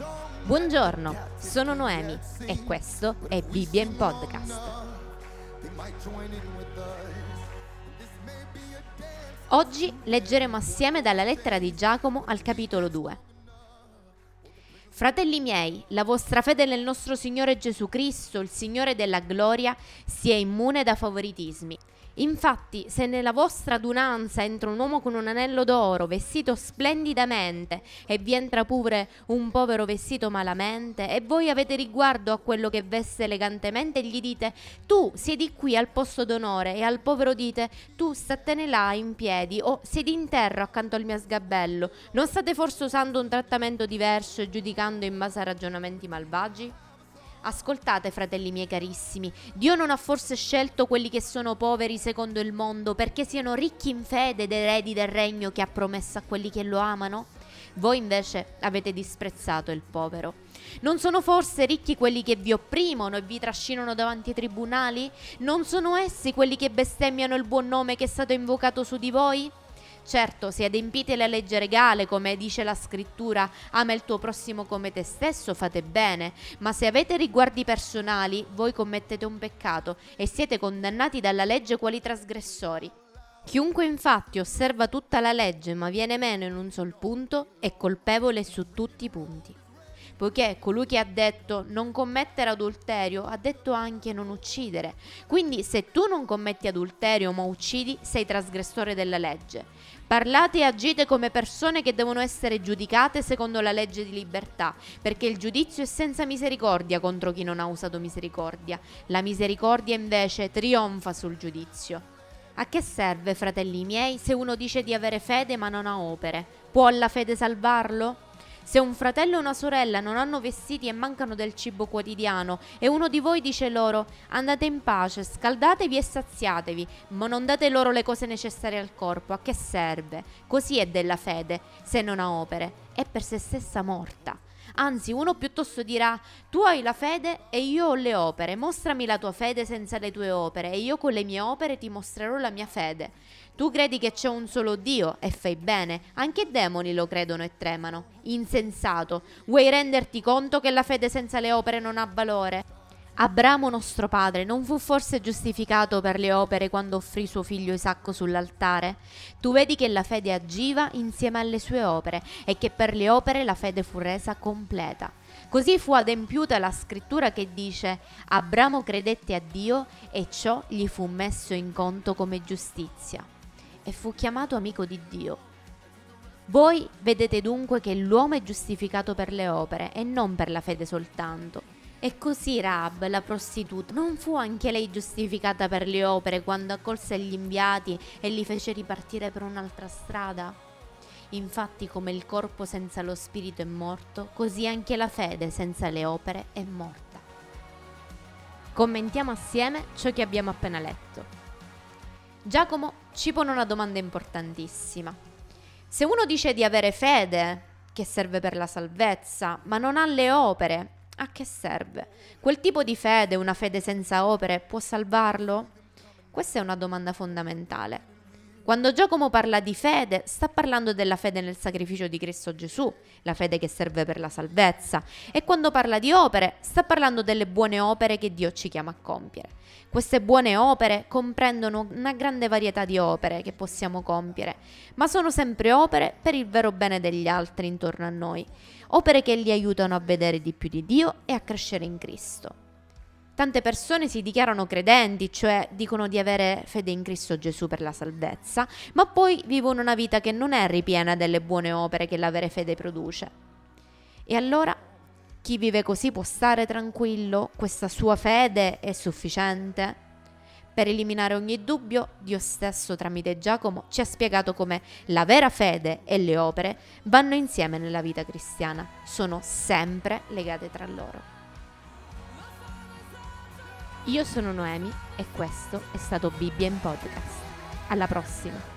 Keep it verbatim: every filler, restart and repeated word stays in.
Buongiorno, sono Noemi e questo è Bibbia in Podcast. Oggi leggeremo assieme dalla lettera di Giacomo al capitolo due. Fratelli miei, la vostra fede nel nostro Signore Gesù Cristo, il Signore della gloria, sia immune da favoritismi. Infatti, se nella vostra adunanza entra un uomo con un anello d'oro, vestito splendidamente, e vi entra pure un povero vestito malamente, e voi avete riguardo a quello che veste elegantemente, e gli dite: tu siedi qui al posto d'onore, e al povero dite: tu statene là in piedi, o siedi in terra accanto al mio sgabello, non state forse usando un trattamento diverso e giudicando in base a ragionamenti malvagi? Ascoltate, fratelli miei carissimi, Dio non ha forse scelto quelli che sono poveri secondo il mondo perché siano ricchi in fede ed eredi del regno che ha promesso a quelli che lo amano? Voi invece avete disprezzato il povero. Non sono forse ricchi quelli che vi opprimono e vi trascinano davanti ai tribunali? Non sono essi quelli che bestemmiano il buon nome che è stato invocato su di voi? Certo, se adempite la legge regale, come dice la scrittura, ama il tuo prossimo come te stesso, fate bene, ma se avete riguardi personali, voi commettete un peccato e siete condannati dalla legge quali trasgressori. Chiunque infatti osserva tutta la legge ma viene meno in un sol punto, è colpevole su tutti i punti. Poiché colui che ha detto non commettere adulterio ha detto anche non uccidere. Quindi se tu non commetti adulterio ma uccidi, sei trasgressore della legge. Parlate e agite come persone che devono essere giudicate secondo la legge di libertà, perché il giudizio è senza misericordia contro chi non ha usato misericordia. La misericordia invece trionfa sul giudizio. A che serve, fratelli miei, se uno dice di avere fede ma non ha opere? Può la fede salvarlo? Se un fratello e una sorella non hanno vestiti e mancano del cibo quotidiano e uno di voi dice loro: andate in pace, scaldatevi e saziatevi, ma non date loro le cose necessarie al corpo, a che serve? Così è della fede, se non ha opere, è per se stessa morta. Anzi, uno piuttosto dirà: tu hai la fede e io ho le opere, mostrami la tua fede senza le tue opere e io con le mie opere ti mostrerò la mia fede. Tu credi che c'è un solo Dio e fai bene, anche i demoni lo credono e tremano. Insensato, vuoi renderti conto che la fede senza le opere non ha valore? Abramo nostro padre non fu forse giustificato per le opere quando offrì suo figlio Isacco sull'altare? Tu vedi che la fede agiva insieme alle sue opere e che per le opere la fede fu resa completa. Così fu adempiuta la scrittura che dice: Abramo credette a Dio e ciò gli fu messo in conto come giustizia e fu chiamato amico di Dio. Voi vedete dunque che l'uomo è giustificato per le opere e non per la fede soltanto. E così Rahab, la prostituta, non fu anche lei giustificata per le opere quando accolse gli inviati e li fece ripartire per un'altra strada? Infatti, come il corpo senza lo spirito è morto, così anche la fede senza le opere è morta. Commentiamo assieme ciò che abbiamo appena letto. Giacomo ci pone una domanda importantissima. Se uno dice di avere fede, che serve per la salvezza, ma non ha le opere, a che serve? Quel tipo di fede, una fede senza opere, può salvarlo? Questa è una domanda fondamentale. Quando Giacomo parla di fede, sta parlando della fede nel sacrificio di Cristo Gesù, la fede che serve per la salvezza, e quando parla di opere, sta parlando delle buone opere che Dio ci chiama a compiere. Queste buone opere comprendono una grande varietà di opere che possiamo compiere, ma sono sempre opere per il vero bene degli altri intorno a noi, opere che li aiutano a vedere di più di Dio e a crescere in Cristo. Tante persone si dichiarano credenti, cioè dicono di avere fede in Cristo Gesù per la salvezza, ma poi vivono una vita che non è ripiena delle buone opere che l'avere fede produce. E allora chi vive così può stare tranquillo? Questa sua fede è sufficiente? Per eliminare ogni dubbio, Dio stesso tramite Giacomo ci ha spiegato come la vera fede e le opere vanno insieme nella vita cristiana, sono sempre legate tra loro. Io sono Noemi e questo è stato Bibbia in Podcast. Alla prossima!